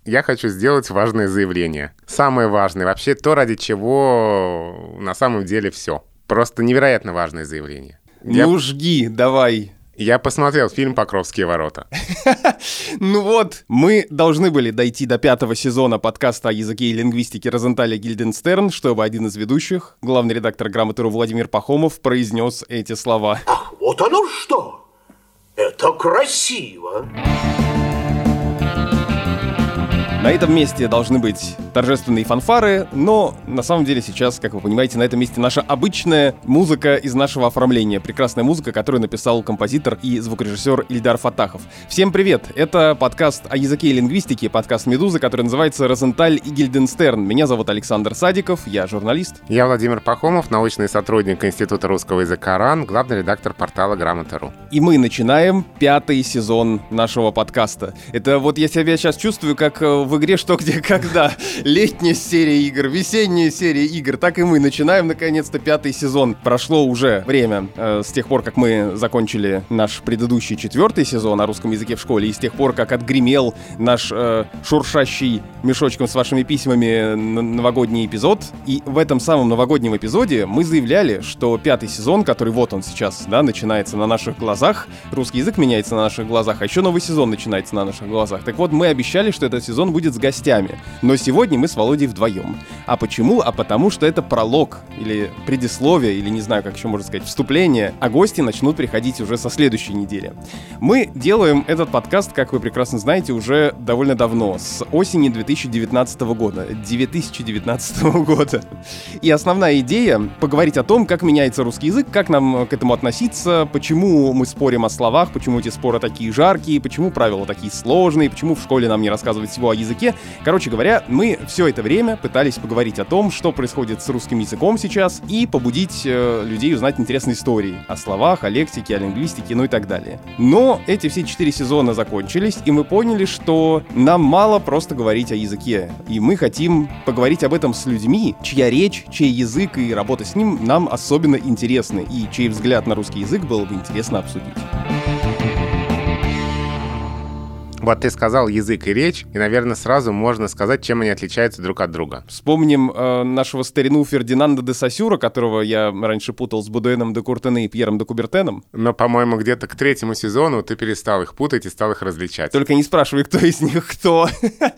я хочу сделать важное заявление. Самое важное, вообще то, ради чего на самом деле все. Просто невероятно важное заявление. Жги, давай. Я посмотрел фильм «Покровские ворота». Ну вот, мы должны были дойти до 5-го сезона подкаста о языке и лингвистике Розенталя Гильденстерн, чтобы один из ведущих, главный редактор «Грамоты.ру» Владимир Пахомов, произнес эти слова. Ах, вот оно что! Это красиво! На этом месте должны быть торжественные фанфары, но на самом деле сейчас, как вы понимаете, на этом месте наша обычная музыка из нашего оформления. Прекрасная музыка, которую написал композитор и звукорежиссер Ильдар Фатахов. Всем привет! Это подкаст о языке и лингвистике, подкаст «Медузы», который называется «Розенталь и Гильденстерн». Меня зовут Александр Садиков, я журналист. Я Владимир Пахомов, научный сотрудник Института русского языка РАН, главный редактор портала Грамота.ру. И мы начинаем 5-й сезон нашего подкаста. Это вот я себя сейчас чувствую, как в игре «Что, где, когда». Летняя серия игр, весенняя серия игр. Так и мы начинаем, наконец-то, 5-й сезон. Прошло уже время с тех пор, как мы закончили наш предыдущий 4-й сезон о русском языке в школе, и с тех пор, как отгремел наш шуршащий мешочком с вашими письмами новогодний эпизод. И в этом самом новогоднем эпизоде мы заявляли, что 5-й сезон, который вот он сейчас, да, начинается на наших глазах, русский язык меняется на наших глазах, а еще новый сезон начинается на наших глазах. Так вот, мы обещали, что этот сезон будет с гостями. Но сегодня мы с Володей вдвоем. А почему? А потому что это пролог, или предисловие, или не знаю, как еще можно сказать, вступление, а гости начнут приходить уже со следующей недели. Мы делаем этот подкаст, как вы прекрасно знаете, уже довольно давно, с осени 2019 года. 2019 года. И основная идея — поговорить о том, как меняется русский язык, как нам к этому относиться, почему мы спорим о словах, почему эти споры такие жаркие, почему правила такие сложные, почему в школе нам не рассказывают всего о языке. Короче говоря, мы все это время пытались поговорить о том, что происходит с русским языком сейчас, и побудить людей узнать интересные истории о словах, о лексике, о лингвистике, ну и так далее. Но эти все 4 сезона закончились, и мы поняли, что нам мало просто говорить о языке. И мы хотим поговорить об этом с людьми, чья речь, чей язык и работа с ним нам особенно интересны, и чей взгляд на русский язык было бы интересно обсудить. Вот ты сказал язык и речь, и, наверное, сразу можно сказать, чем они отличаются друг от друга. Вспомним нашего старину Фердинанда де Сосюра, которого я раньше путал с Бодуэном де Куртене и Пьером де Кубертеном. Но, по-моему, где-то к 3-му сезону ты перестал их путать и стал их различать. Только не спрашивай, кто из них кто.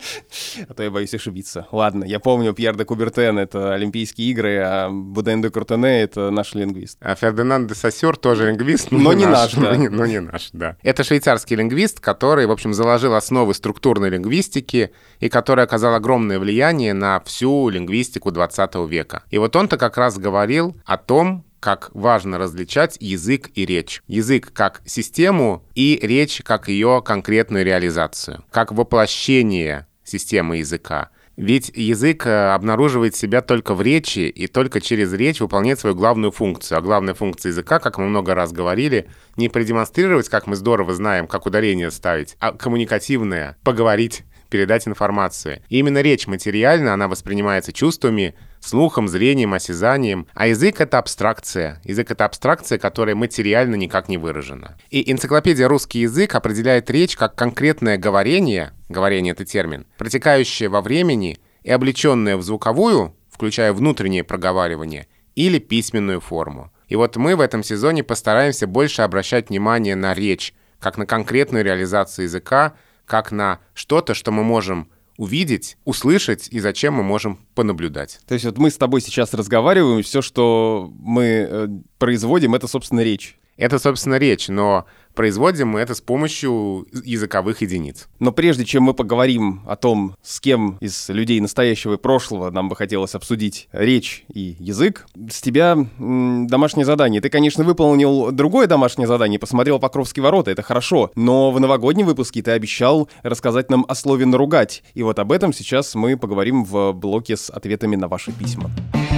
А то я боюсь ошибиться. Ладно, я помню, Пьер де Кубертен — это Олимпийские игры, а Бодуэн де Куртене — это наш лингвист. А Фердинанд де Сосюр тоже лингвист, но не наш, да. Но не наш, да. Это швейцарский лингвист, который, в общем, заложил основы структурной лингвистики и который оказал огромное влияние на всю лингвистику 20 века. И вот он-то как раз говорил о том, как важно различать язык и речь. Язык как систему и речь как ее конкретную реализацию, как воплощение системы языка. Ведь язык обнаруживает себя только в речи и только через речь выполняет свою главную функцию. А главная функция языка, как мы много раз говорили, не продемонстрировать, как мы здорово знаем, как ударение ставить, а коммуникативное, поговорить, передать информацию. И именно речь материальна, она воспринимается чувствами, слухом, зрением, осязанием. А язык — это абстракция. Язык — это абстракция, которая материально никак не выражена. И энциклопедия «Русский язык» определяет речь как конкретное говорение — это термин, протекающее во времени и облеченное в звуковую, включая внутреннее проговаривание, или письменную форму. И вот мы в этом сезоне постараемся больше обращать внимание на речь, как на конкретную реализацию языка, как на что-то, что мы можем увидеть, услышать и зачем мы можем понаблюдать. То есть вот мы с тобой сейчас разговариваем, и все, что мы производим, это, собственно, речь. Это, собственно, речь, но производим мы это с помощью языковых единиц. Но прежде чем мы поговорим о том, с кем из людей настоящего и прошлого нам бы хотелось обсудить речь и язык, с тебя домашнее задание. Ты, конечно, выполнил другое домашнее задание, посмотрел «Покровские ворота», это хорошо, но в новогоднем выпуске ты обещал рассказать нам о слове «наругать». И вот об этом сейчас мы поговорим в блоке с ответами на ваши письма.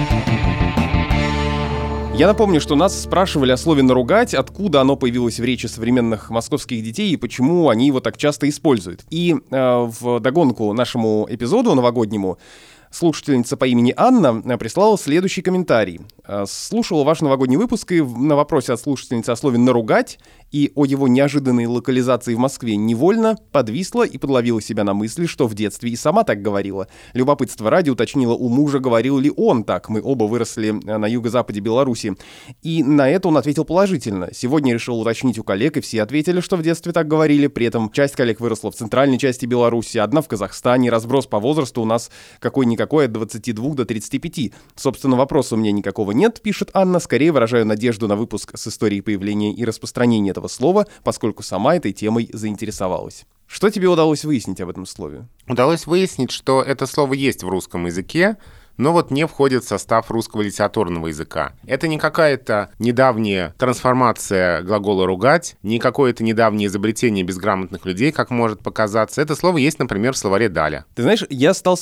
Я напомню, что нас спрашивали о слове «наругать», откуда оно появилось в речи современных московских детей и почему они его так часто используют. И вдогонку нашему эпизоду новогоднему слушательница по имени Анна прислала следующий комментарий. Слушала ваш новогодний выпуск и на вопросе от слушательницы о слове «наругать» и о его неожиданной локализации в Москве невольно подвисла и подловила себя на мысли, что в детстве и сама так говорила. Любопытство ради уточнила у мужа, говорил ли он так. Мы оба выросли на юго-западе Беларуси. И на это он ответил положительно. Сегодня решил уточнить у коллег, и все ответили, что в детстве так говорили. При этом часть коллег выросла в центральной части Беларуси, одна в Казахстане. Разброс по возрасту у нас какой-никакой от 22 до 35. Собственно, вопроса у меня никакого нет, пишет Анна. Скорее выражаю надежду на выпуск с историей появления и распространения этого слова, поскольку сама этой темой заинтересовалась. Что тебе удалось выяснить об этом слове? Удалось выяснить, что это слово есть в русском языке, но вот не входит в состав русского литературного языка. Это не какая-то недавняя трансформация глагола «ругать», не какое-то недавнее изобретение безграмотных людей, как может показаться. Это слово есть, например, в словаре Даля. Ты знаешь, я стал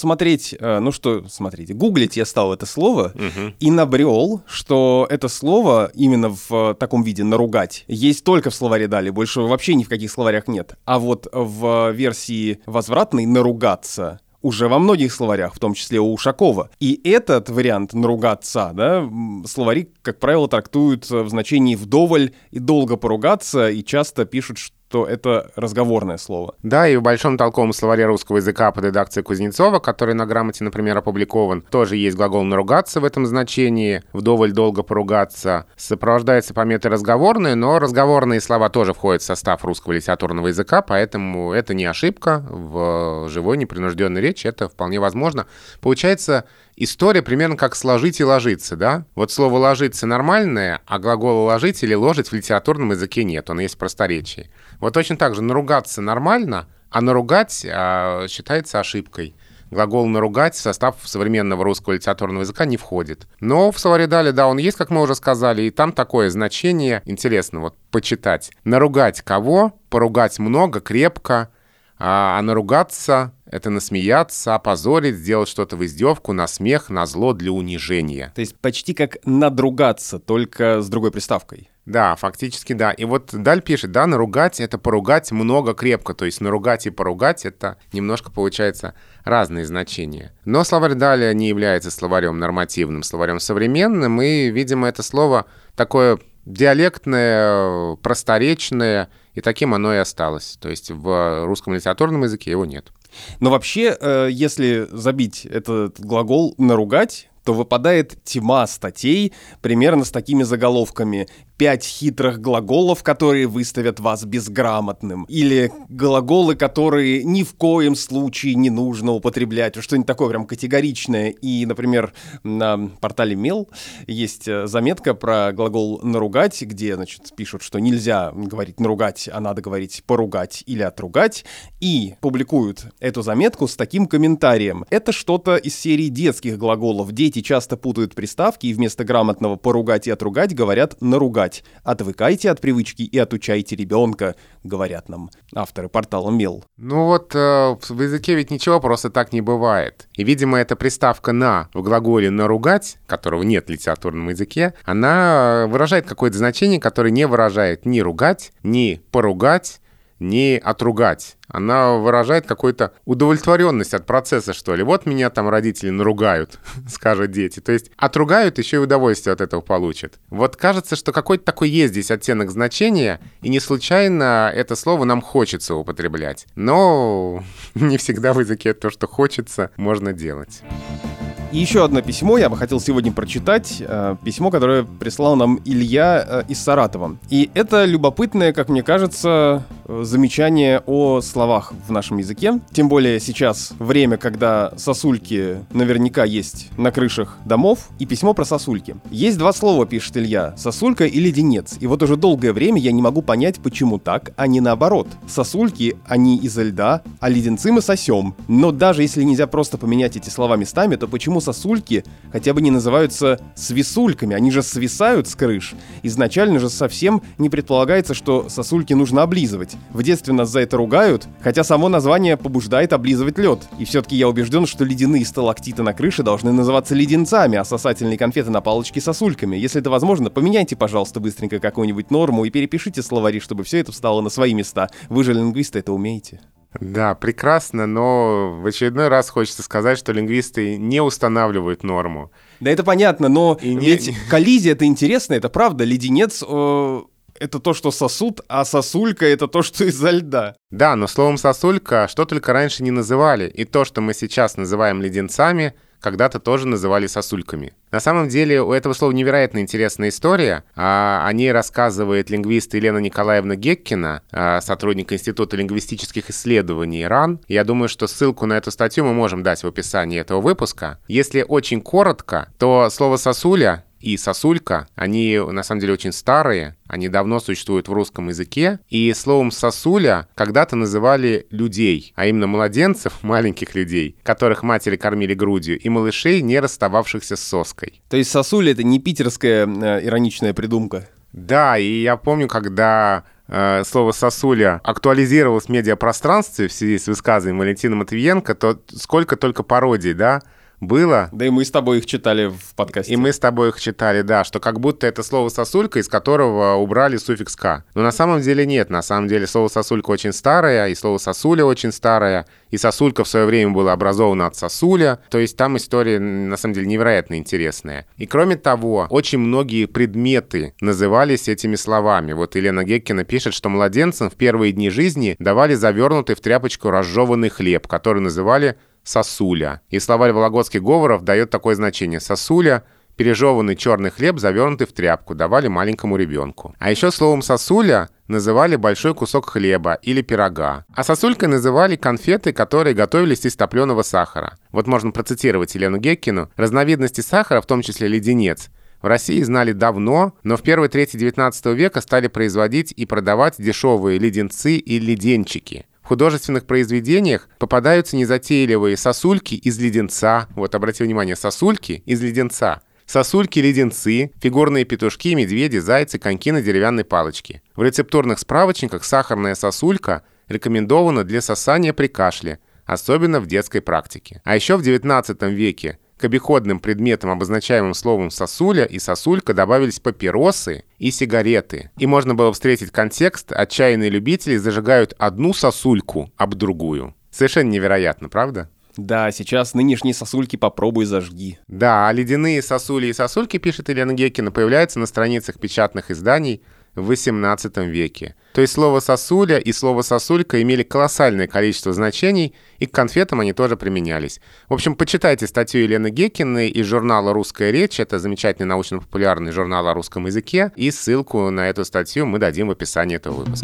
гуглить я стал это слово и набрел, что это слово именно в таком виде «наругать» есть только в словаре Даля, больше вообще ни в каких словарях нет. А вот в версии возвратной «наругаться» уже во многих словарях, в том числе у Ушакова. И этот вариант «наругаться», да, словари, как правило, трактуют в значении «вдоволь» и «долго поругаться», и часто пишут, что это разговорное слово. Да, и в Большом толковом словаре русского языка под редакцией Кузнецова, который на «Грамоте», например, опубликован, тоже есть глагол «наругаться» в этом значении, «вдоволь долго поругаться». Сопровождается пометой «разговорные», но разговорные слова тоже входят в состав русского литературного языка, поэтому это не ошибка. В живой непринужденной речи это вполне возможно. Получается, история примерно как «сложить» и «ложиться», да? Вот слово «ложиться» нормальное, а глагола «ложить» или «ложить» в литературном языке нет, он есть в просторечии. Вот точно так же наругаться нормально, а наругать считается ошибкой. Глагол «наругать» в состав современного русского литературного языка не входит. Но в словаре Даля, да, он есть, как мы уже сказали, и там такое значение, интересно вот почитать. Наругать кого? Поругать много, крепко. А наругаться — это насмеяться, опозорить, сделать что-то в издевку, на смех, на зло, для унижения. То есть почти как надругаться, только с другой приставкой. Да, фактически да. И вот Даль пишет, да, наругать — это поругать много, крепко. То есть наругать и поругать — это немножко, получается, разные значения. Но словарь Даля не является словарем нормативным, словарем современным, и, видимо, это слово такое диалектное, просторечное, и таким оно и осталось. То есть в русском литературном языке его нет. Но вообще, если забить этот глагол «наругать», то выпадает тьма статей примерно с такими заголовками: 5 хитрых глаголов, которые выставят вас безграмотным. Или глаголы, которые ни в коем случае не нужно употреблять. Что-нибудь такое прям категоричное. И, например, на портале Мел есть заметка про глагол «наругать», где, значит, пишут, что нельзя говорить «наругать», а надо говорить «поругать» или «отругать». И публикуют эту заметку с таким комментарием: это что-то из серии детских глаголов. Дети часто путают приставки и вместо грамотного «поругать» и «отругать» говорят «наругать». Отвыкайте от привычки и отучайте ребенка, говорят нам авторы портала Мел. Ну вот в языке ведь ничего просто так не бывает. И, видимо, эта приставка «на» в глаголе «наругать», которого нет в литературном языке, она выражает какое-то значение, которое не выражает ни ругать, ни поругать, ни отругать. Она выражает какую-то удовлетворенность от процесса, что ли. Вот меня там родители наругают, скажут дети. То есть отругают, еще и удовольствие от этого получат. Вот кажется, что какой-то такой есть здесь оттенок значения, и не случайно это слово нам хочется употреблять. Но не всегда в языке то, что хочется, можно делать. И еще одно письмо я бы хотел сегодня прочитать. Письмо, которое прислал нам Илья из Саратова. И это любопытное, как мне кажется, замечание о словах в нашем языке. Тем более сейчас время, когда сосульки наверняка есть на крышах домов. И письмо про сосульки. Есть 2 слова, пишет Илья: сосулька и леденец. И вот уже долгое время я не могу понять, почему так, а не наоборот. Сосульки, они изо льда, а леденцы мы сосем. Но даже если нельзя просто поменять эти слова местами, то почему сосульки хотя бы не называются свисульками? Они же свисают с крыш. Изначально же совсем не предполагается, что сосульки нужно облизывать. В детстве нас за это ругают, хотя само название побуждает облизывать лед. И все-таки я убежден, что ледяные сталактиты на крыше должны называться леденцами, а сосательные конфеты на палочке сосульками. Если это возможно, поменяйте, пожалуйста, быстренько какую-нибудь норму и перепишите словари, чтобы все это встало на свои места. Вы же лингвисты, это умеете. Да, прекрасно, но в очередной раз хочется сказать, что лингвисты не устанавливают норму. Да это понятно, но ведь коллизия — это интересно, это правда. Леденец это то, что сосуд, а сосулька — это то, что изо льда. Да, но словом «сосулька» что только раньше не называли, и то, что мы сейчас называем леденцами, когда-то тоже называли сосульками. На самом деле у этого слова невероятно интересная история. О ней рассказывает лингвист Елена Николаевна Геккина, сотрудник Института лингвистических исследований РАН. Я думаю, что ссылку на эту статью мы можем дать в описании этого выпуска. Если очень коротко, то слово «сосуля» и «сосулька», они на самом деле очень старые, они давно существуют в русском языке, и словом «сосуля» когда-то называли людей, а именно младенцев, маленьких людей, которых матери кормили грудью, и малышей, не расстававшихся с соской. То есть «сосуля» — это не питерская ироничная придумка? Да, и я помню, когда слово «сосуля» актуализировалось в медиапространстве в связи с высказыванием Валентина Матвиенко, то сколько только пародий, да, было. Да и мы с тобой их читали в подкасте. И мы с тобой их читали, да, что как будто это слово «сосулька», из которого убрали суффикс «ка». Но на самом деле нет. На самом деле слово «сосулька» очень старое, и слово «сосуля» очень старое, и «сосулька» в свое время была образована от «сосуля». То есть там история, на самом деле, невероятно интересная. И кроме того, очень многие предметы назывались этими словами. Вот Елена Геккина пишет, что младенцам в первые дни жизни давали завернутый в тряпочку разжеванный хлеб, который называли «сосуля». И словарь Вологодских говоров дает такое значение. «Сосуля» — пережеванный черный хлеб, завернутый в тряпку, давали маленькому ребенку. А еще словом «сосуля» называли большой кусок хлеба или пирога. А сосулькой называли конфеты, которые готовились из топленого сахара. Вот можно процитировать Елену Геккину. «Разновидности сахара, в том числе леденец, в России знали давно, но в первой трети XIX века стали производить и продавать дешевые леденцы и леденчики. В художественных произведениях попадаются незатейливые сосульки из леденца. Вот, обратите внимание, сосульки из леденца. Сосульки-леденцы, фигурные петушки, медведи, зайцы, коньки на деревянной палочке. В рецептурных справочниках сахарная сосулька рекомендована для сосания при кашле, особенно в детской практике. А еще в XIX веке к обиходным предметам, обозначаемым словом «сосуля» и «сосулька», добавились папиросы и сигареты. И можно было встретить контекст: отчаянные любители зажигают одну сосульку об другую. Совершенно невероятно, правда? Да, сейчас нынешние сосульки попробуй зажги. Да, а ледяные сосули и сосульки, пишет Елена Геккина, появляются на страницах печатных изданий в XVIII веке. То есть слово «сосуля» и слово «сосулька» имели колоссальное количество значений, и к конфетам они тоже применялись. В общем, почитайте статью Елены Геккиной из журнала «Русская речь». Это замечательный научно-популярный журнал о русском языке. И ссылку на эту статью мы дадим в описании этого выпуска.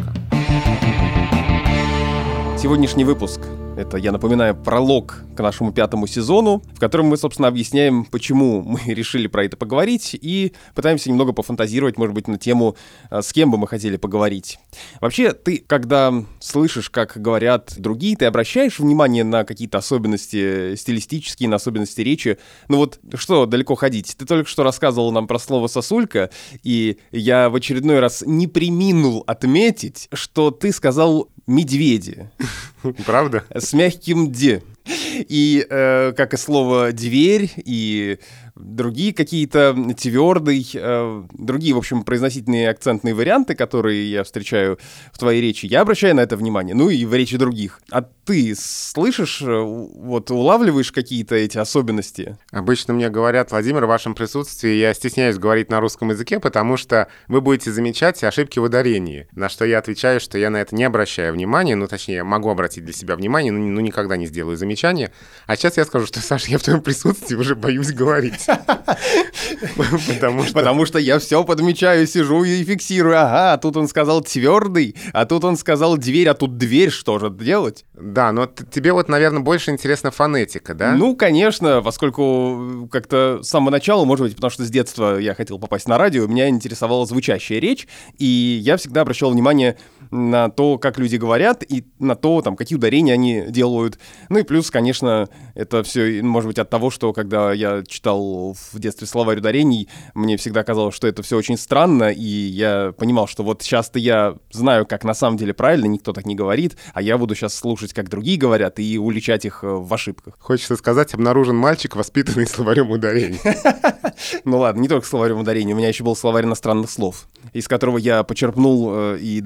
Сегодняшний выпуск — это, я напоминаю, пролог к нашему 5-му сезону, в котором мы, собственно, объясняем, почему мы решили про это поговорить, и пытаемся немного пофантазировать, может быть, на тему, с кем бы мы хотели поговорить. Вообще, ты, когда слышишь, как говорят другие, ты обращаешь внимание на какие-то особенности стилистические, на особенности речи? Ну вот, что далеко ходить? Ты только что рассказывал нам про слово «сосулька», и я в очередной раз не преминул отметить, что ты сказал «медведи». Правда? С мягким «д». И как и слово «дверь», и другие какие-то твердые, другие, в общем, произносительные акцентные варианты, которые я встречаю в твоей речи, я обращаю на это внимание, ну и в речи других. А ты слышишь, вот улавливаешь какие-то эти особенности? Обычно мне говорят: Владимир, в вашем присутствии я стесняюсь говорить на русском языке, потому что вы будете замечать ошибки в ударении. На что я отвечаю, что я на это не обращаю внимания, ну, точнее, могу обратить для себя внимание, но никогда не сделаю замечания. А сейчас я скажу, что, Саша, я в твоем присутствии уже боюсь говорить. Потому что я все подмечаю, сижу и фиксирую. Ага, тут он сказал твердый, а тут он сказал дверь, а тут дверь, что же делать? Да, но тебе вот, наверное, больше интересна фонетика, да? Ну, конечно, поскольку как-то с самого начала, может быть, потому что с детства я хотел попасть на радио, меня интересовала звучащая речь, и я всегда обращал внимание на то, как люди говорят, и на то, там, какие ударения они делают. Ну и плюс, конечно, это все, может быть, от того, что когда я читал в детстве словарь ударений, мне всегда казалось, что это все очень странно, и я понимал, что вот сейчас-то я знаю, как на самом деле правильно, никто так не говорит, а я буду сейчас слушать, как другие говорят, и уличать их в ошибках. Хочется сказать, обнаружен мальчик, воспитанный словарем ударений. Ну ладно, не только словарем ударений, у меня еще был словарь иностранных слов, из которого я почерпнул и добавил в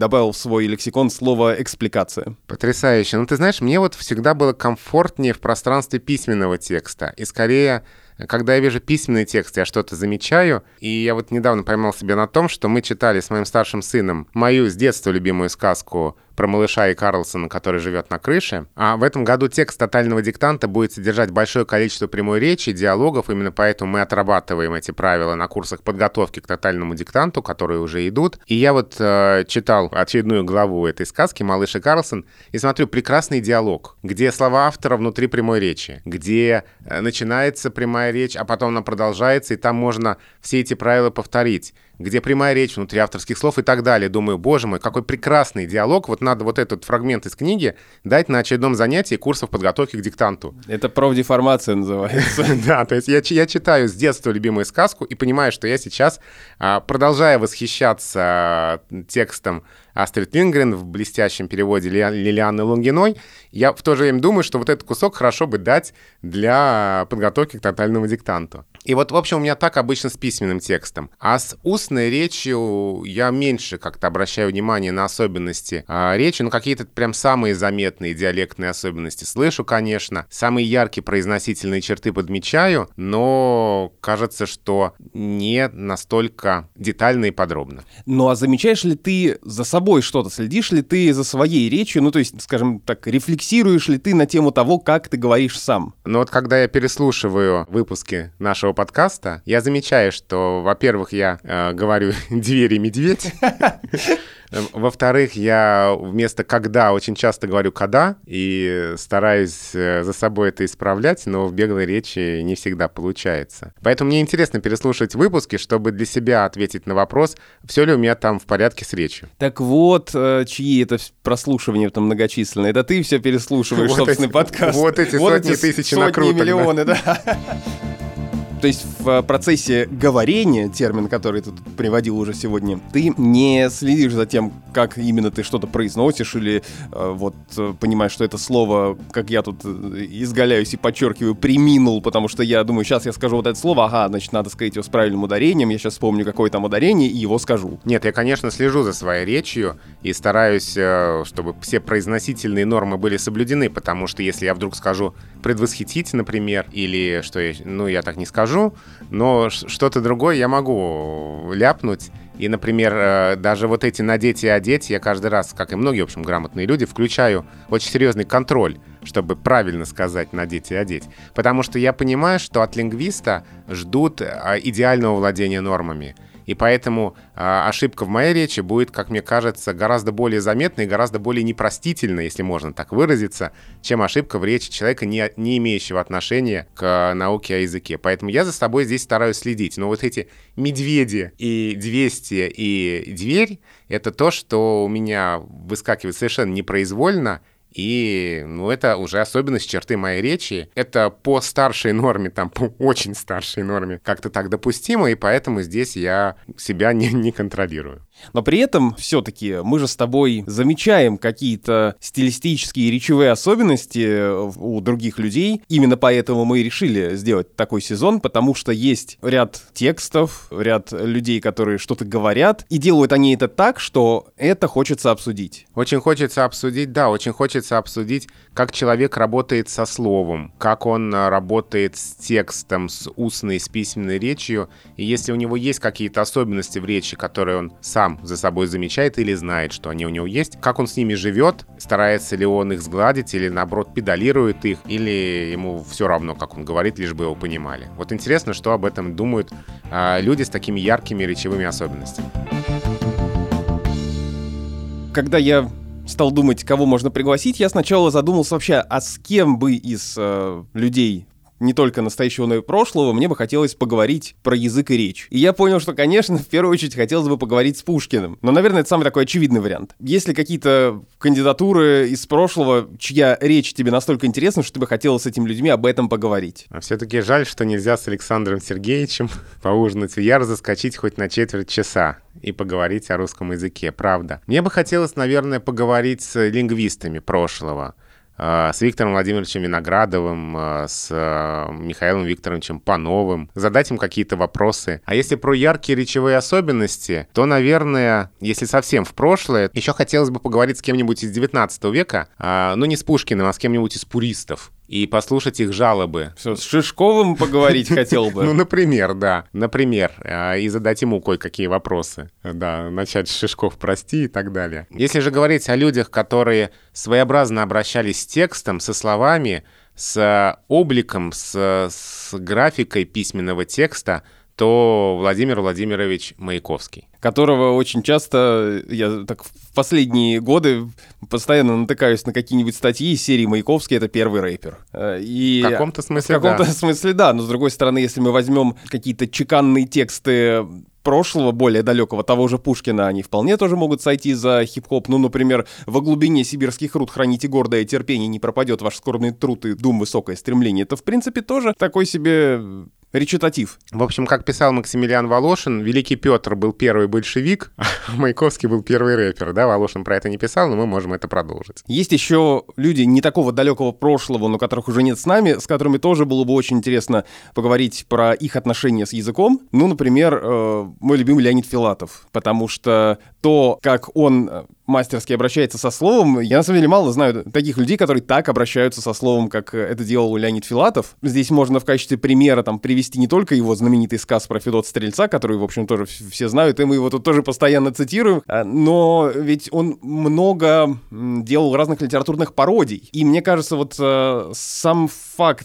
свой лексикон слово «экспликация». Потрясающе. Ну, ты знаешь, мне вот всегда было комфортнее в пространстве письменного текста. И скорее, когда я вижу письменный текст, я что-то замечаю. И я вот недавно поймал себя на том, что мы читали с моим старшим сыном мою с детства любимую сказку про малыша и Карлсона, который живет на крыше. А в этом году текст тотального диктанта будет содержать большое количество прямой речи, диалогов. Именно поэтому мы отрабатываем эти правила на курсах подготовки к тотальному диктанту, которые уже идут. И я вот читал очередную главу этой сказки «Малыш и Карлсон» и смотрю, прекрасный диалог, где слова автора внутри прямой речи, где начинается прямая речь, а потом она продолжается, и там можно все эти правила повторить, где прямая речь внутри авторских слов и так далее. Думаю, боже мой, какой прекрасный диалог. Вот надо вот этот фрагмент из книги дать на очередном занятии курсов подготовки к диктанту. Это профдеформация называется. Да, то есть я читаю с детства любимую сказку и понимаю, что я сейчас, продолжая восхищаться текстом Астрид Линдгрен в блестящем переводе Лилианы Лунгиной, я в то же время думаю, что вот этот кусок хорошо бы дать для подготовки к тотальному диктанту. И вот, в общем, у меня так обычно с письменным текстом. А с устной речью я меньше как-то обращаю внимание на особенности речи. Ну, какие-то прям самые заметные диалектные особенности слышу, конечно. Самые яркие произносительные черты подмечаю, но кажется, что не настолько детально и подробно. Ну, а замечаешь ли ты за собой что-то? Следишь ли ты за своей речью? Ну, то есть, скажем так, рефлексируешь ли ты на тему того, как ты говоришь сам? Ну, вот когда я переслушиваю выпуски нашего подкаста, я замечаю, что, во-первых, я говорю «дверь» и «медведь». Во-вторых, я вместо «когда» очень часто говорю «когда», и стараюсь за собой это исправлять, но в беглой речи не всегда получается. Поэтому мне интересно переслушать выпуски, чтобы для себя ответить на вопрос, все ли у меня там в порядке с речью. Так вот, чьи это прослушивания там многочисленные? Это ты все переслушиваешь собственный подкаст. Вот эти сотни тысяч накруток. Сотни миллионы, да. То есть в процессе говорения, термин, который ты тут приводил уже сегодня, ты не следишь за тем, как именно ты что-то произносишь, или понимаешь, что это слово, как я тут изгаляюсь и подчеркиваю, приминул, потому что я думаю, сейчас я скажу вот это слово, значит, надо сказать его с правильным ударением, я сейчас вспомню, какое там ударение, и его скажу. Нет, я, конечно, слежу за своей речью и стараюсь, чтобы все произносительные нормы были соблюдены, потому что если я вдруг скажу «предвосхитить», например, или что я так не скажу, но что-то другое я могу ляпнуть. И, например, даже вот эти «надеть» и «одеть» я каждый раз, как и многие, в общем, грамотные люди, включаю очень серьезный контроль, чтобы правильно сказать «надеть» и «одеть». Потому что я понимаю, что от лингвиста ждут идеального владения нормами. И поэтому ошибка в моей речи будет, как мне кажется, гораздо более заметной и гораздо более непростительной, если можно так выразиться, чем ошибка в речи человека, не имеющего отношения к науке о языке. Поэтому я за собой здесь стараюсь следить. Но вот эти медведи и 200 и дверь — это то, что у меня выскакивает совершенно непроизвольно. И, это уже особенность черты моей речи. Это по старшей норме, по очень старшей норме как-то так допустимо, и поэтому здесь я себя не контролирую. Но при этом все-таки мы же с тобой замечаем какие-то стилистические и речевые особенности у других людей. Именно поэтому мы и решили сделать такой сезон, потому что есть ряд текстов, ряд людей, которые что-то говорят, и делают они это так, что это хочется обсудить. Очень хочется обсудить, как человек работает со словом, как он работает с текстом, с устной, с письменной речью, и если у него есть какие-то особенности в речи, которые он сам за собой замечает или знает, что они у него есть, как он с ними живет, старается ли он их сгладить или, наоборот, педалирует их, или ему все равно, как он говорит, лишь бы его понимали. Вот интересно, что об этом думают люди с такими яркими речевыми особенностями. Когда я стал думать, кого можно пригласить, я сначала задумался вообще, а с кем бы из людей не только настоящего, но и прошлого, мне бы хотелось поговорить про язык и речь. И я понял, что, конечно, в первую очередь хотелось бы поговорить с Пушкиным. Но, наверное, это самый такой очевидный вариант. Есть ли какие-то кандидатуры из прошлого, чья речь тебе настолько интересна, что ты бы хотела с этими людьми об этом поговорить? А все-таки жаль, что нельзя с Александром Сергеевичем поужинать в Яр, заскочить хоть на четверть часа и поговорить о русском языке, правда. Мне бы хотелось, наверное, поговорить с лингвистами прошлого. с Виктором Владимировичем Виноградовым, с Михаилом Викторовичем Пановым, задать им какие-то вопросы. А если про яркие речевые особенности, то, наверное, если совсем в прошлое, еще хотелось бы поговорить с кем-нибудь из 19 века, ну не с Пушкиным, а с кем-нибудь из пуристов, и послушать их жалобы. Все, с Шишковым поговорить хотел бы. Ну, например, да. Например. И задать ему кое-какие вопросы. Да, начать с Шишков, прости и так далее. Если же говорить о людях, которые своеобразно обращались с текстом, со словами, с обликом, с графикой письменного текста, то Владимир Владимирович Маяковский. Которого очень часто, я так в последние годы постоянно натыкаюсь на какие-нибудь статьи из серии «Маяковский — это первый рэпер». В каком-то смысле, В каком-то смысле, да. Но, с другой стороны, если мы возьмем какие-то чеканные тексты прошлого, более далекого, того же Пушкина, они вполне тоже могут сойти за хип-хоп. Ну, например, «Во глубине сибирских руд храните гордое терпение, не пропадет ваш скорбный труд и дум высокое стремление». Это, в принципе, тоже такой себе речитатив. В общем, как писал Максимилиан Волошин, Великий Петр был первый большевик, а Маяковский был первый рэпер. Да, Волошин про это не писал, но мы можем это продолжить. Есть еще люди не такого далекого прошлого, но которых уже нет с нами, с которыми тоже было бы очень интересно поговорить про их отношения с языком. Ну, например, мой любимый Леонид Филатов, потому что то, как он мастерски обращается со словом, я на самом деле мало знаю таких людей, которые так обращаются со словом, как это делал Леонид Филатов. Здесь можно в качестве примера там привести не только его знаменитый сказ про Федота Стрельца, который, в общем, тоже все знают, и мы его тут тоже постоянно цитируем, но ведь он много делал разных литературных пародий. И мне кажется, вот сам факт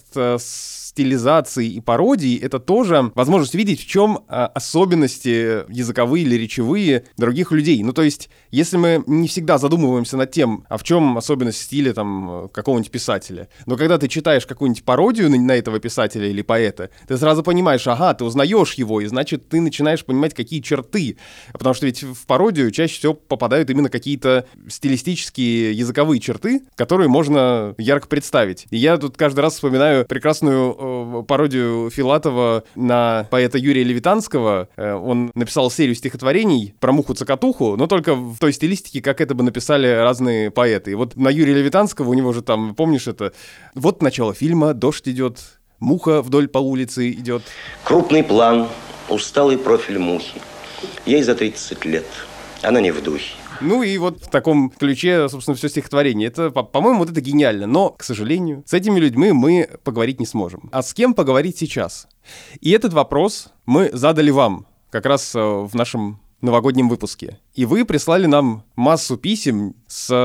стилизации и пародии — это тоже возможность видеть, в чем особенности языковые или речевые других людей. Ну, то есть, если мы не всегда задумываемся над тем, а в чем особенность стиля там какого-нибудь писателя, но когда ты читаешь какую-нибудь пародию на этого писателя или поэта, ты сразу понимаешь, ага, ты узнаешь его, и значит, ты начинаешь понимать, какие черты. Потому что ведь в пародию чаще всего попадают именно какие-то стилистические языковые черты, которые можно ярко представить. И я тут каждый раз вспоминаю прекрасную пародию Филатова на поэта Юрия Левитанского. Он написал серию стихотворений про муху-цокотуху, но только в той стилистике, как это бы написали разные поэты. И вот на Юрия Левитанского у него же там, помнишь это? Вот начало фильма, дождь идет, муха вдоль по улице идет. Крупный план, усталый профиль мухи. Ей за 30 лет, она не в духе. Ну и вот в таком ключе, собственно, все стихотворение. Это, по-моему, вот это гениально. Но, к сожалению, с этими людьми мы поговорить не сможем. А с кем поговорить сейчас? И этот вопрос мы задали вам как раз в нашем новогоднем выпуске. И вы прислали нам массу писем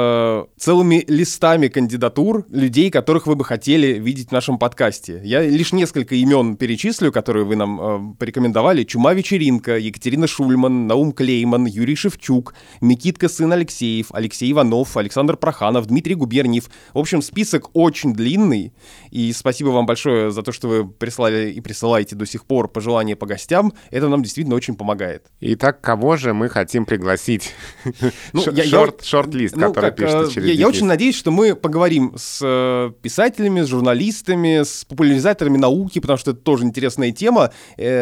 с целыми листами кандидатур людей, которых вы бы хотели видеть в нашем подкасте. Я лишь несколько имен перечислю, которые вы нам порекомендовали. Чума-вечеринка, Екатерина Шульман, Наум Клейман, Юрий Шевчук, Микитка сын Алексеев, Алексей Иванов, Александр Проханов, Дмитрий Губерниев. В общем, список очень длинный. И спасибо вам большое за то, что вы прислали и присылаете до сих пор пожелания по гостям. Это нам действительно очень помогает. Итак, кого же мы хотим пригласить? Ну, шорт-лист, который пишется через Я очень надеюсь, что мы поговорим с писателями, с журналистами, с популяризаторами науки, потому что это тоже интересная тема.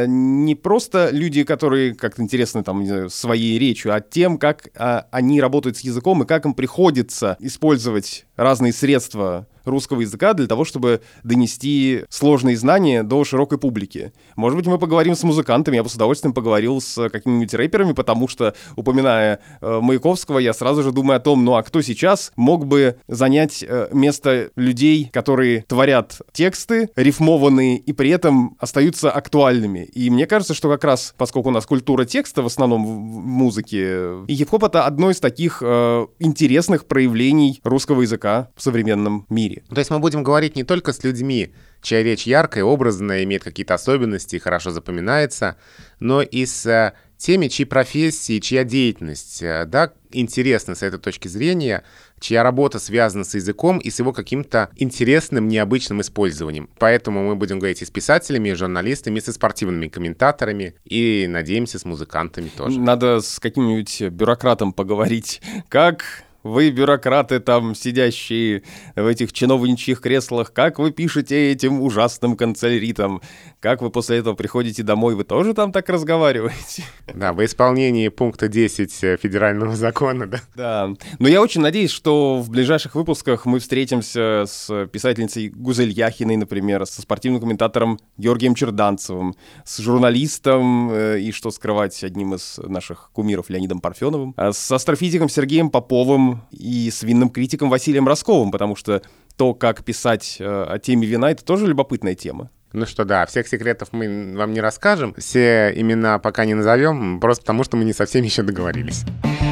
Не просто люди, которые как-то интересны там, не знаю, своей речью, а тем, как они работают с языком и как им приходится использовать разные средства русского языка для того, чтобы донести сложные знания до широкой публики. Может быть, мы поговорим с музыкантами, я бы с удовольствием поговорил с какими-нибудь рэперами, потому что, упоминая Маяковского, я сразу же думаю о том, ну а кто сейчас мог бы занять место людей, которые творят тексты, рифмованные, и при этом остаются актуальными. И мне кажется, что как раз, поскольку у нас культура текста в основном в музыке, и хип-хоп — это одно из таких интересных проявлений русского языка в современном мире. То есть мы будем говорить не только с людьми, чья речь яркая, образная, имеет какие-то особенности и хорошо запоминается, но и с теми, чьи профессии, чья деятельность, да, интересна с этой точки зрения, чья работа связана с языком и с его каким-то интересным, необычным использованием. Поэтому мы будем говорить и с писателями, и с журналистами, и со спортивными комментаторами, и, надеемся, с музыкантами тоже. Надо с каким-нибудь бюрократом поговорить, как Вы, бюрократы там, сидящие в этих чиновничьих креслах, как вы пишете этим ужасным канцеляритом? Как вы после этого приходите домой? Вы тоже там так разговариваете? Да, во исполнении пункта 10 федерального закона, да. Да. Но я очень надеюсь, что в ближайших выпусках мы встретимся с писательницей Гузель Яхиной, например, со спортивным комментатором Георгием Черданцевым, с журналистом, и что скрывать, одним из наших кумиров Леонидом Парфеновым, с астрофизиком Сергеем Поповым и с винным критиком Василием Росковым, потому что то, как писать о теме вина, это тоже любопытная тема. Ну что, да, всех секретов мы вам не расскажем, все имена пока не назовем, просто потому что мы не со всеми еще договорились.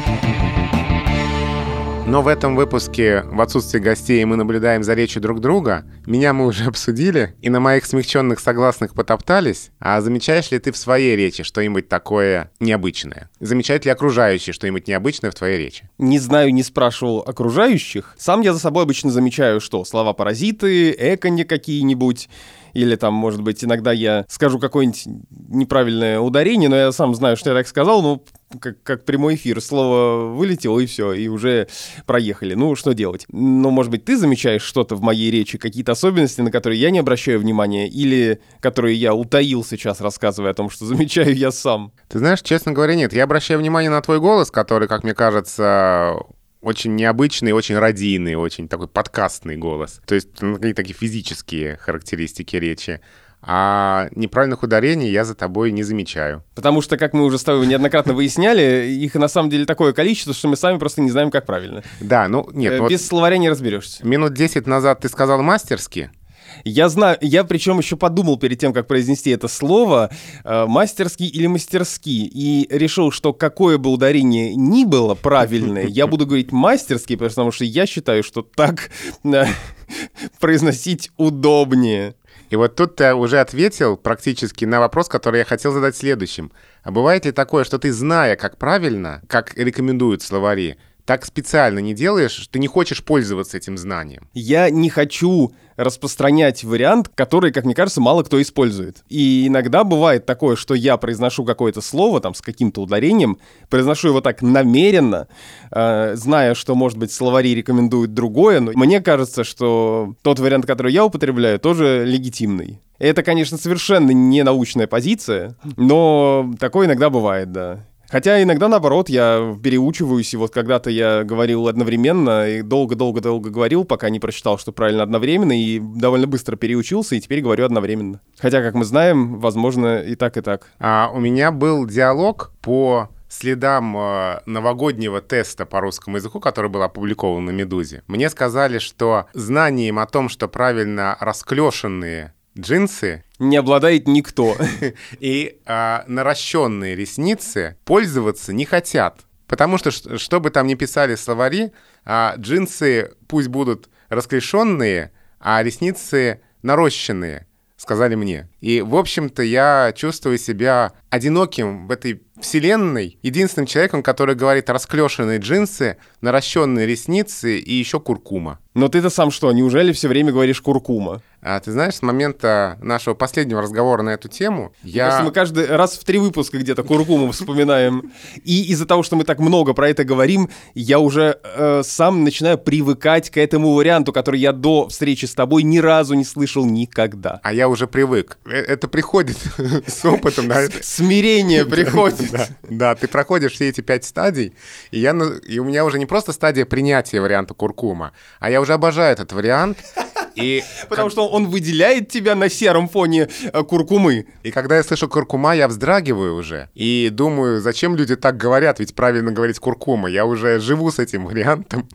Но в этом выпуске, в отсутствии гостей, мы наблюдаем за речью друг друга. Меня мы уже обсудили, и на моих смягченных согласных потоптались. А замечаешь ли ты в своей речи что-нибудь такое необычное? Замечают ли окружающие что-нибудь необычное в твоей речи? Не знаю, не спрашивал окружающих. Сам я за собой обычно замечаю, что слова-паразиты, эканье какие-нибудь, или там, может быть, иногда я скажу какое-нибудь неправильное ударение, но я сам знаю, что я так сказал, ну, как прямой эфир. Слово вылетело, и все, и уже проехали. Ну, что делать? Ну, может быть, ты замечаешь что-то в моей речи, какие-то особенности, на которые я не обращаю внимания, или которые я утаил сейчас, рассказывая о том, что замечаю я сам? Ты знаешь, честно говоря, нет. Я обращаю внимание на твой голос, который, как мне кажется, очень необычный, очень радийный, очень такой подкастный голос. То есть какие-то такие физические характеристики речи. А неправильных ударений я за тобой не замечаю. Потому что, как мы уже с тобой неоднократно выясняли, их на самом деле такое количество, что мы сами просто не знаем, как правильно. Да, ну нет. Без словаря не разберешься. Минут 10 назад ты сказал мастерски. Я знаю, я причем еще подумал перед тем, как произнести это слово, мастерский или мастерски, и решил, что какое бы ударение ни было правильное, я буду говорить мастерский, потому что я считаю, что так произносить удобнее. И вот тут ты уже ответил практически на вопрос, который я хотел задать следующим. А бывает ли такое, что ты, зная, как правильно, как рекомендуют словари, так специально не делаешь, ты не хочешь пользоваться этим знанием? Я не хочу распространять вариант, который, как мне кажется, мало кто использует. И иногда бывает такое, что я произношу какое-то слово там с каким-то ударением, произношу его так намеренно, зная, что, может быть, словари рекомендуют другое, но мне кажется, что тот вариант, который я употребляю, тоже легитимный. Это, конечно, совершенно не научная позиция, но такое иногда бывает, да. Хотя иногда, наоборот, я переучиваюсь, и вот когда-то я говорил одновременно, и долго-долго-долго говорил, пока не прочитал, что правильно одновременно, и довольно быстро переучился, и теперь говорю одновременно. Хотя, как мы знаем, возможно, и так, и так. У меня был диалог по следам новогоднего теста по русскому языку, который был опубликован на «Медузе». Мне сказали, что знанием о том, что правильно расклешенные джинсы не обладает никто. И наращенные ресницы пользоваться не хотят. Потому что, что бы там ни писали словари, джинсы пусть будут расклешенные, а ресницы нарощенные, сказали мне. И, в общем-то, я чувствую себя одиноким в этой вселенной, единственным человеком, который говорит расклешенные джинсы, наращенные ресницы и еще куркума. Но ты-то сам что, неужели все время говоришь куркума? Ты знаешь, с момента нашего последнего разговора на эту тему мы каждый раз в 3 выпуска где-то куркуму вспоминаем. И из-за того, что мы так много про это говорим, я уже сам начинаю привыкать к этому варианту, который я до встречи с тобой ни разу не слышал никогда. А я уже привык. Это приходит с опытом. Смирение приходит. Да, ты проходишь все эти 5 стадий, и у меня уже не просто стадия принятия варианта куркума, а я уже обожаю этот вариант. Потому что он выделяет тебя на сером фоне куркумы. И когда я слышу куркума, я вздрагиваю уже. И думаю, зачем люди так говорят, ведь правильно говорить куркума. Я уже живу с этим вариантом.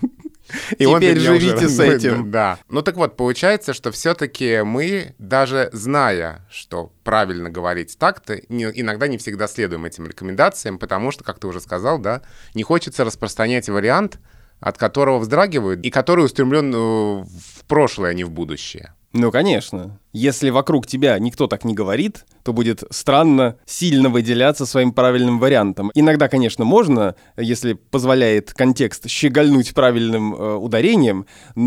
И теперь живите с этим. Да. Ну так вот, получается, что все-таки мы, даже зная, что правильно говорить так-то, иногда не всегда следуем этим рекомендациям, потому что, как ты уже сказал, да, не хочется распространять вариант, от которого вздрагивают, и который устремлен в прошлое, а не в будущее. Ну, конечно. Если вокруг тебя никто так не говорит, то будет странно сильно выделяться своим правильным вариантом. Иногда, конечно, можно, если позволяет контекст, щегольнуть правильным ударением,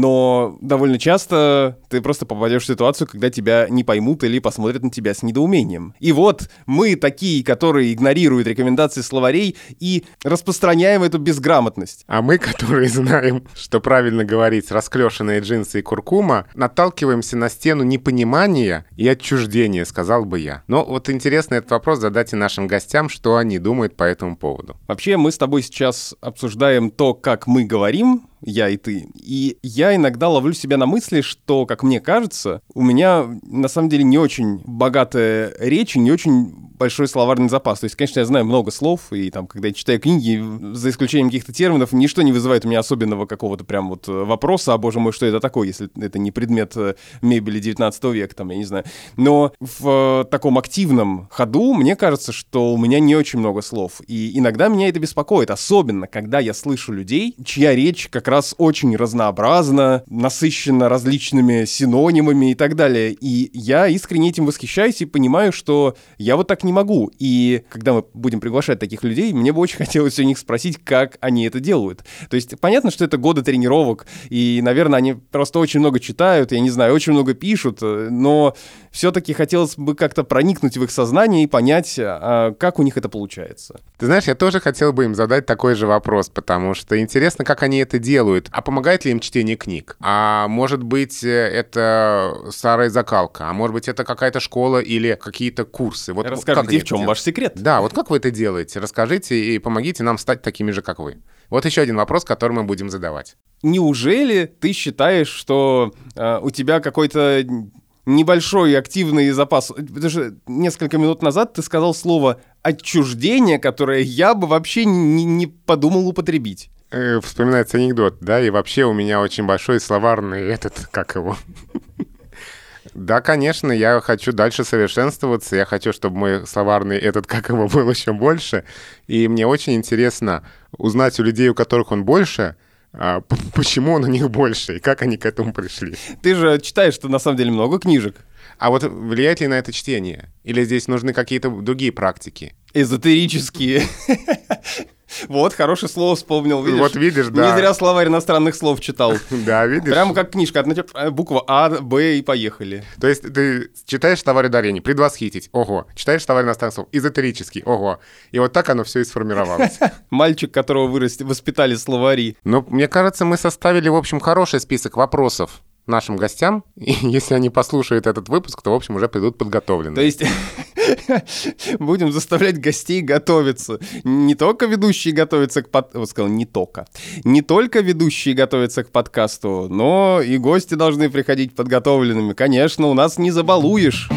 но довольно часто ты просто попадешь в ситуацию, когда тебя не поймут или посмотрят на тебя с недоумением. И вот мы такие, которые игнорируют рекомендации словарей и распространяем эту безграмотность. А мы, которые знаем, что правильно говорить расклешенные джинсы и куркума, наталкиваемся на стену непонимания и отчуждения, сказал бы я. Но вот интересно этот вопрос задать и нашим гостям, что они думают по этому поводу. Вообще, мы с тобой сейчас обсуждаем то, как мы говорим, я и ты. И я иногда ловлю себя на мысли, что, как мне кажется, у меня на самом деле не очень богатая речь и не очень большой словарный запас. То есть, конечно, я знаю много слов, и там, когда я читаю книги, за исключением каких-то терминов, ничто не вызывает у меня особенного какого-то прям вот вопроса, а, боже мой, что это такое, если это не предмет мебели 19 века, там, я не знаю. Но в таком активном ходу мне кажется, что у меня не очень много слов. И иногда меня это беспокоит, особенно, когда я слышу людей, чья речь как раз очень разнообразна, насыщена различными синонимами и так далее. И я искренне этим восхищаюсь и понимаю, что я вот так не могу. И когда мы будем приглашать таких людей, мне бы очень хотелось у них спросить, как они это делают. То есть понятно, что это годы тренировок, и, наверное, они просто очень много читают, я не знаю, очень много пишут, но все-таки хотелось бы как-то проникнуть в их сознание и понять, как у них это получается. Ты знаешь, я тоже хотел бы им задать такой же вопрос, потому что интересно, как они это делают. А помогает ли им чтение книг? А может быть, это старая закалка? А может быть, это какая-то школа или какие-то курсы? Вот расскажите, в чем ваш секрет? Да, вот как вы это делаете? Расскажите и помогите нам стать такими же, как вы. Вот еще один вопрос, который мы будем задавать. Неужели ты считаешь, что у тебя какой-то небольшой активный запас? Потому что несколько минут назад ты сказал слово «отчуждение», которое я бы вообще не подумал употребить. Вспоминается анекдот, да, и вообще у меня очень большой словарный как его... Да, конечно, я хочу дальше совершенствоваться, я хочу, чтобы мой словарный как его был еще больше, и мне очень интересно узнать у людей, у которых он больше, почему он у них больше, и как они к этому пришли. Ты же читаешь-то на самом деле много книжек. А вот влияет ли на это чтение? Или здесь нужны какие-то другие практики? Эзотерические. Вот, хорошее слово вспомнил, видишь? Вот видишь, да. Не зря словарь иностранных слов читал. Да, видишь? Прямо как книжка, буква А, Б и поехали. То есть ты читаешь словарь ударений, предвосхитить, ого. Читаешь словарь иностранных слов, эзотерический, ого. И вот так оно все и сформировалось. Мальчик, которого воспитали словари. Ну, мне кажется, мы составили, в общем, хороший список вопросов нашим гостям, и если они послушают этот выпуск, то, в общем, уже придут подготовленные. То есть будем заставлять гостей готовиться. Не только ведущие готовятся к подкасту, вот сказал, не только. Не только ведущие готовятся к подкасту, но и гости должны приходить подготовленными. Конечно, у нас не забалуешь.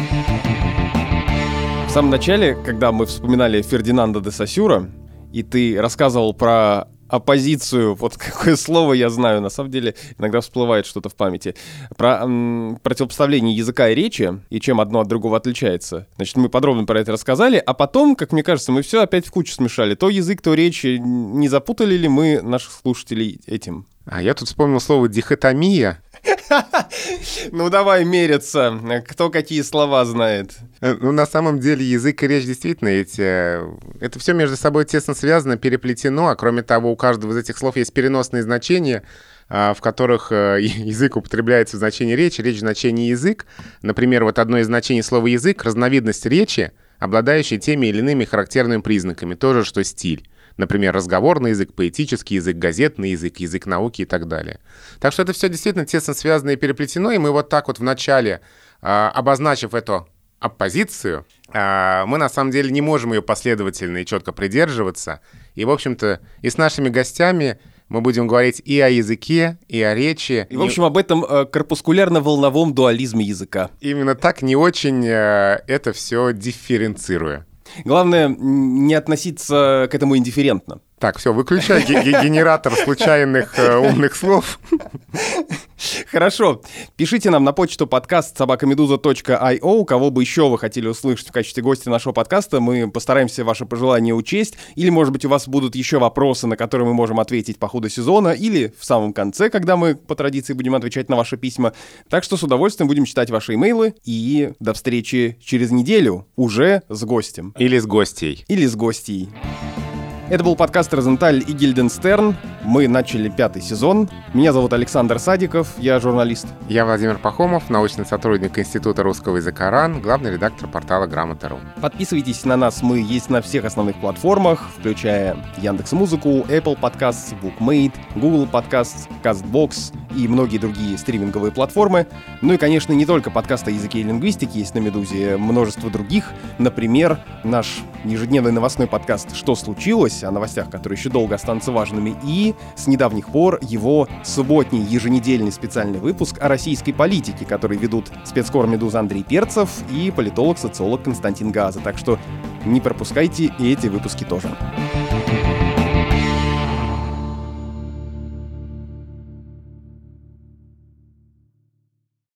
В самом начале, когда мы вспоминали Фердинанда де Сосюра, и ты рассказывал про оппозицию, вот какое слово я знаю, на самом деле иногда всплывает что-то в памяти, про противопоставление языка и речи, и чем одно от другого отличается. Значит, мы подробно про это рассказали, а потом, как мне кажется, мы все опять в кучу смешали. То язык, то речь. Не запутали ли мы наших слушателей этим? А я тут вспомнил слово «дихотомия». Ну, давай мериться. Кто какие слова знает? Ну, на самом деле, язык и речь действительно это все между собой тесно связано, переплетено, а кроме того, у каждого из этих слов есть переносные значения, в которых язык употребляется в значении речи, речь в значении язык. Например, вот одно из значений слова «язык» — разновидность речи, обладающая теми или иными характерными признаками, тоже что стиль. Например, разговорный язык, поэтический язык, газетный язык, язык науки и так далее. Так что это все действительно тесно связано и переплетено, и мы вот так вот в начале, обозначив эту оппозицию, мы на самом деле не можем ее последовательно и четко придерживаться. И, в общем-то, и с нашими гостями мы будем говорить и о языке, и о речи. И, в общем, об этом корпускулярно-волновом дуализме языка. Именно так, не очень это все дифференцируя. Главное, не относиться к этому индифферентно. Так, все, выключай генератор случайных умных слов. Хорошо. Пишите нам на почту podcast@meduza.io, кого бы еще вы хотели услышать в качестве гостя нашего подкаста. Мы постараемся ваши пожелания учесть. Или, может быть, у вас будут еще вопросы, на которые мы можем ответить по ходу сезона, или в самом конце, когда мы по традиции будем отвечать на ваши письма. Так что с удовольствием будем читать ваши имейлы. И до встречи через неделю уже с гостем. Или с гостьей. Или с гостьей. Это был подкаст «Розенталь и Гильденстерн». Мы начали 5-й сезон. Меня зовут Александр Садиков, я журналист. Я Владимир Пахомов, научный сотрудник Института русского языка РАН, главный редактор портала Грамота.ру. Подписывайтесь на нас, мы есть на всех основных платформах, включая Яндекс.Музыку, Apple Podcasts, Bookmate, Google Podcasts, CastBox и многие другие стриминговые платформы. Ну и, конечно, не только подкаст о языке и лингвистике есть на «Медузе», множество других. Например, наш ежедневный новостной подкаст «Что случилось?», о новостях, которые еще долго останутся важными, и с недавних пор его субботний еженедельный специальный выпуск о российской политике, который ведут спецкор «Медузы» Андрей Перцев и политолог-социолог Константин Газа. Так что не пропускайте и эти выпуски тоже.